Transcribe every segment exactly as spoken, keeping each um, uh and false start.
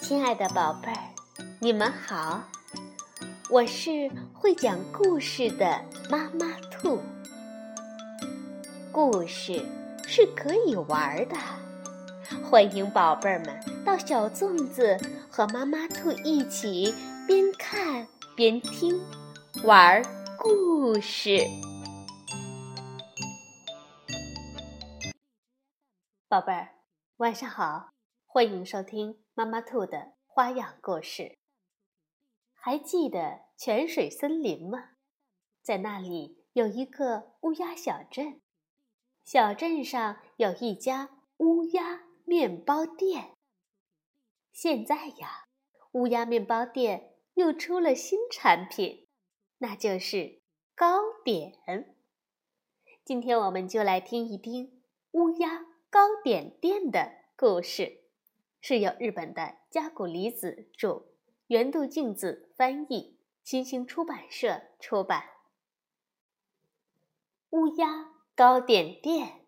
亲爱的宝贝儿，你们好，我是会讲故事的妈妈兔。故事是可以玩的，欢迎宝贝儿们到小粽子和妈妈兔一起边看边听，玩故事。宝贝儿，晚上好，欢迎收听妈妈兔的花样故事。还记得泉水森林吗？在那里有一个乌鸦小镇，小镇上有一家乌鸦面包店。现在呀，乌鸦面包店又出了新产品，那就是糕点。今天我们就来听一听乌鸦糕点店的故事，是由日本的加古里子著，原度静子翻译，新兴出版社出版。乌鸦糕点店。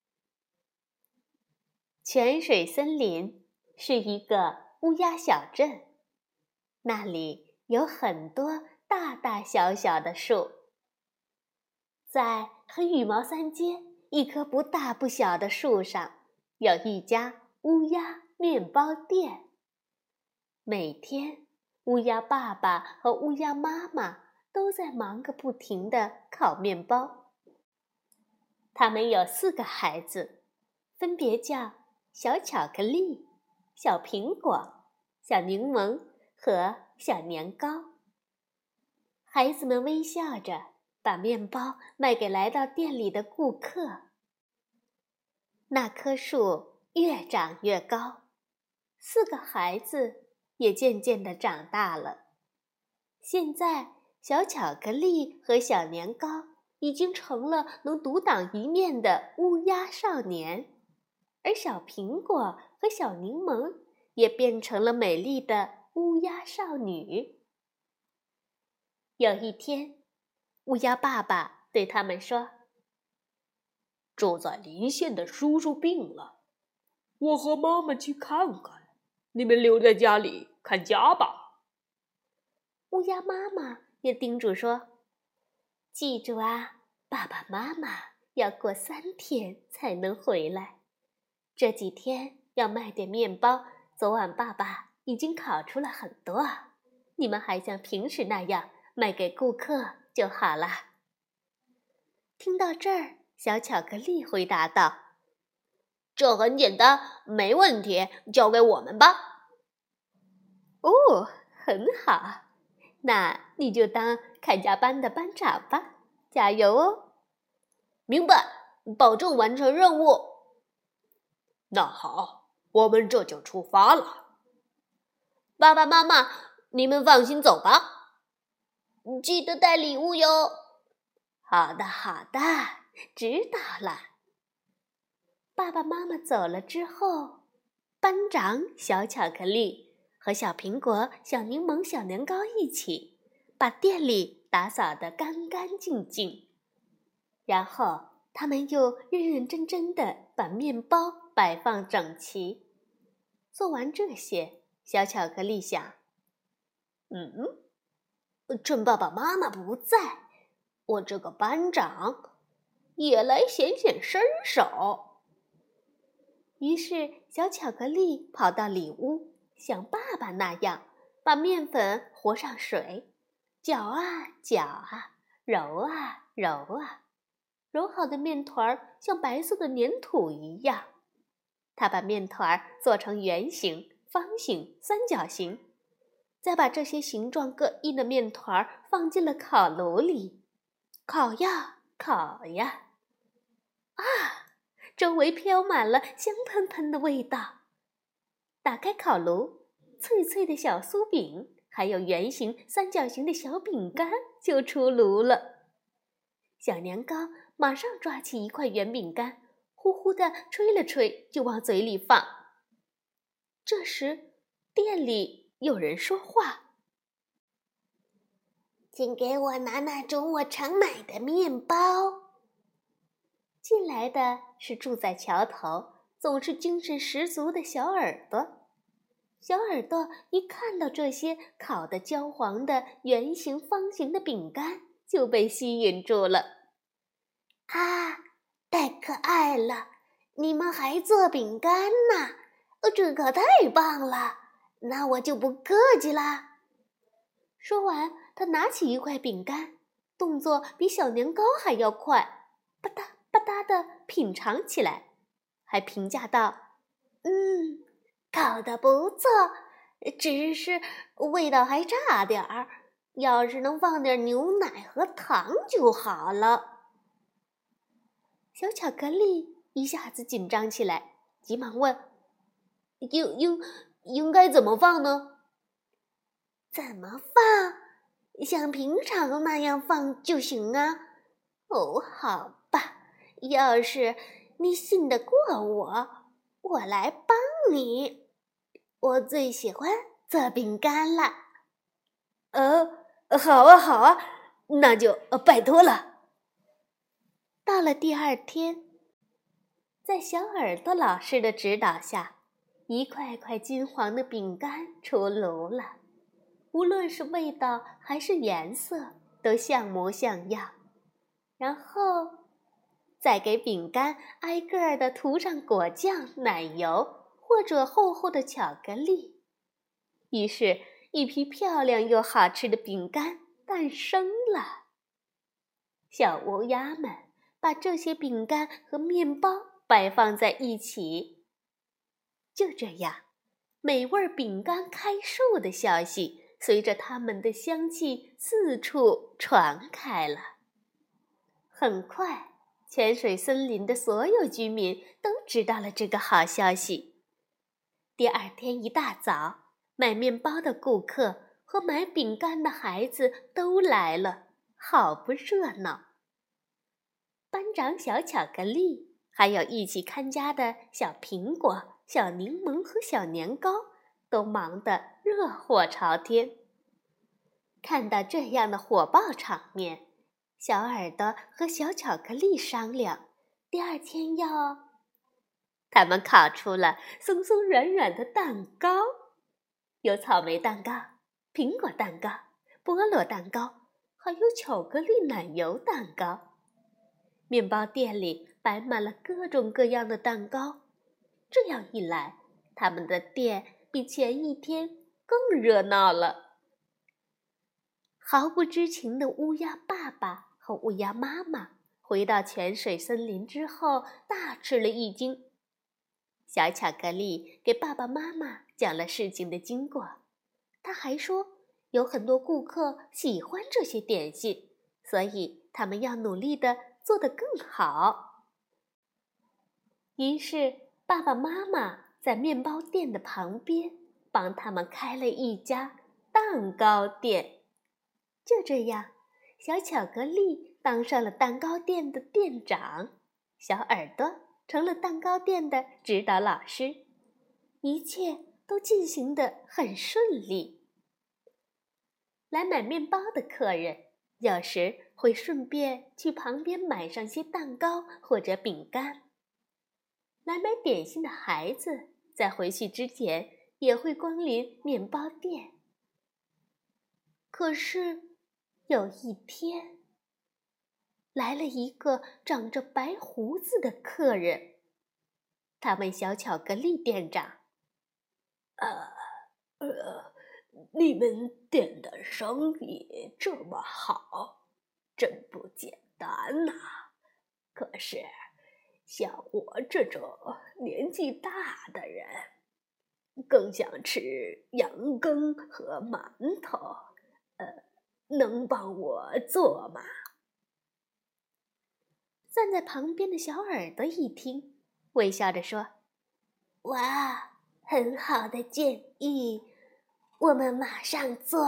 泉水森林是一个乌鸦小镇，那里有很多大大小小的树。在和羽毛三街一棵不大不小的树上，有一家乌鸦面包店。每天，乌鸦爸爸和乌鸦妈妈都在忙个不停地烤面包。他们有四个孩子，分别叫小巧克力、小苹果、小柠檬和小年糕。孩子们微笑着把面包卖给来到店里的顾客。那棵树越长越高，四个孩子也渐渐地长大了。现在，小巧克力和小年糕已经成了能独当一面的乌鸦少年，而小苹果和小柠檬也变成了美丽的乌鸦少女。有一天，乌鸦爸爸对他们说：“ 住在邻县的叔叔病了，我和妈妈去看看，你们留在家里看家吧。” 乌鸦妈妈也叮嘱说：“记住啊，爸爸妈妈要过三天才能回来。这几天要卖点面包，昨晚爸爸已经烤出了很多，你们还像平时那样卖给顾客就好了。”听到这儿，小巧克力回答道：“ 这很简单，没问题，交给我们吧。” 哦，很好，那你就当看家班的班长吧，加油哦！ 明白，保证完成任务。那好，我们这就出发了。爸爸妈妈，你们放心走吧，记得带礼物哟。 好的，好的，知道了。爸爸妈妈走了之后，班长小巧克力和小苹果、小柠檬、小年糕一起把店里打扫得干干净净，然后他们又认认真真地把面包摆放整齐。做完这些，小巧克力想： 嗯，趁爸爸妈妈不在，我这个班长也来显显身手。 于是，小巧克力跑到里屋，像爸爸那样，把面粉和上水，搅啊搅啊，揉啊揉啊，揉好的面团儿像白色的粘土一样。他把面团儿做成圆形、方形、三角形，再把这些形状各异的面团儿放进了烤炉里，烤呀烤呀，啊！周围飘满了香喷喷的味道。打开烤炉，脆脆的小酥饼，还有圆形、三角形的小饼干就出炉了。小年糕马上抓起一块圆饼干，呼呼地吹了吹，就往嘴里放。这时，店里有人说话：“ 请给我拿那种我常买的面包。” 进来的是住在桥头、总是精神十足的小耳朵。 小耳朵一看到这些烤得焦黄的圆形、方形的饼干，就被吸引住了。 啊，太可爱了！你们还做饼干呢？哦，这可太棒了！那我就不客气啦。 说完，他拿起一块饼干，动作比小年糕还要快，吧嗒吧嗒地品尝起来，还评价道：“ 嗯，烤得不错，只是味道还差点儿。要是能放点牛奶和糖就好了。” 小巧克力一下子紧张起来，急忙问：“ 应应应该怎么放呢？”“ 怎么放？像平常那样放就行啊。”“哦，好吧，要是你信得过我，我来帮你。我最喜欢做饼干了。”“ 呃，好啊，好啊，那就拜托了。” 到了第二天，在小耳朵老师的指导下，一块块金黄的饼干出炉了。无论是味道还是颜色，都像模像样。然后，再给饼干挨个儿地涂上果酱、奶油或者厚厚的巧克力。于是，一批漂亮又好吃的饼干诞生了。小乌鸦们把这些饼干和面包摆放在一起。就这样，美味饼干开售的消息随着它们的香气四处传开了。很快，泉水森林的所有居民都知道了这个好消息。第二天一大早，买面包的顾客和买饼干的孩子都来了，好不热闹。班长小巧克力，还有一起看家的小苹果、小柠檬和小年糕，都忙得热火朝天。看到这样的火爆场面，小耳朵和小巧克力商量，第二天要……他们烤出了松松软软的蛋糕，有草莓蛋糕、苹果蛋糕、菠萝蛋糕，还有巧克力奶油蛋糕。面包店里摆满了各种各样的蛋糕，这样一来，他们的店比前一天更热闹了。毫不知情的乌鸦爸爸和乌鸦妈妈回到泉水森林之后，大吃了一惊。小巧克力给爸爸妈妈讲了事情的经过，他还说有很多顾客喜欢这些点心，所以他们要努力地做得更好。于是爸爸妈妈在面包店的旁边帮他们开了一家蛋糕店。就这样，小巧克力当上了蛋糕店的店长，小耳朵成了蛋糕店的指导老师，一切都进行得很顺利。来买面包的客人有时会顺便去旁边买上些蛋糕或者饼干。来买点心的孩子在回去之前也会光临面包店。可是有一天，来了一个长着白胡子的客人。他问小巧克力店长：“ 呃呃，你们店的生意这么好，真不简单呐！可是，像我这种年纪大的人，更想吃羊羹和馒头，呃，能帮我做吗？” 站在旁边的小耳朵一听，微笑着说：“ 哇，很好的建议，我们马上做。”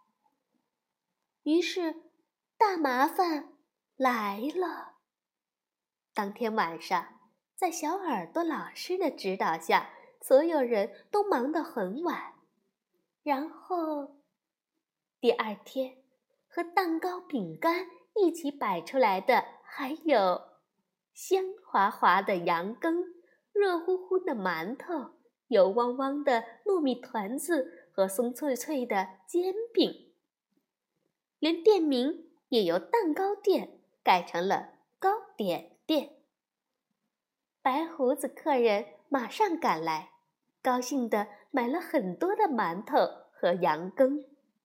于是，大麻烦来了。当天晚上，在小耳朵老师的指导下，所有人都忙得很晚。然后，第二天，和蛋糕、饼干一起摆出来的还有香滑滑的羊羹、热乎乎的馒头、 油汪汪的糯米团子和松脆脆的煎饼，连店名也由蛋糕店改成了糕点店。白胡子客人马上赶来，高兴地买了很多的馒头和羊羹。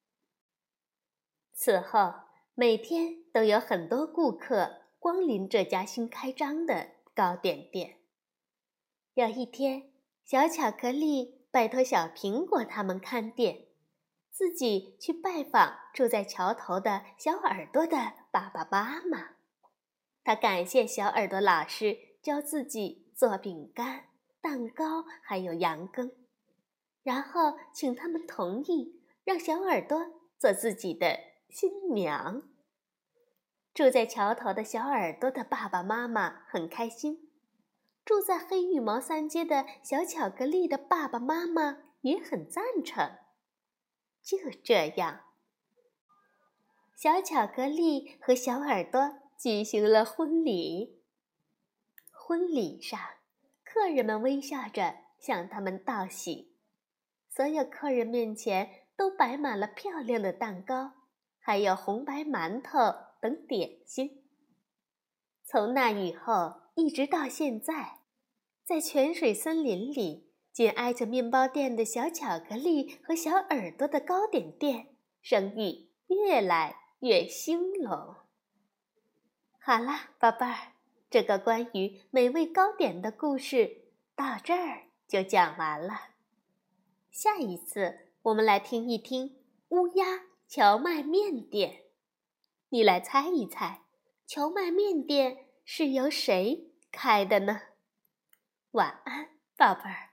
此后，每天都有很多顾客光临这家新开张的糕点店。有一天，小巧克力拜托小苹果他们看店，自己去拜访住在桥头的小耳朵的爸爸妈妈。他感谢小耳朵老师教自己做饼干、蛋糕还有羊羹，然后请他们同意让小耳朵做自己的新娘。住在桥头的小耳朵的爸爸妈妈很开心，住在黑羽毛三街的小巧克力的爸爸妈妈也很赞成。就这样，小巧克力和小耳朵举行了婚礼。婚礼上，客人们微笑着向他们道喜，所有客人面前都摆满了漂亮的蛋糕，还有红白馒头等点心。从那以后一直到现在，在泉水森林里，紧挨着面包店的小巧克力和小耳朵的糕点店，生意越来越兴隆。好啦，宝贝儿，这个关于美味糕点的故事到这儿就讲完了。下一次我们来听一听乌鸦荞麦面店。你来猜一猜，荞麦面店是由谁开的呢？晚安，宝贝儿。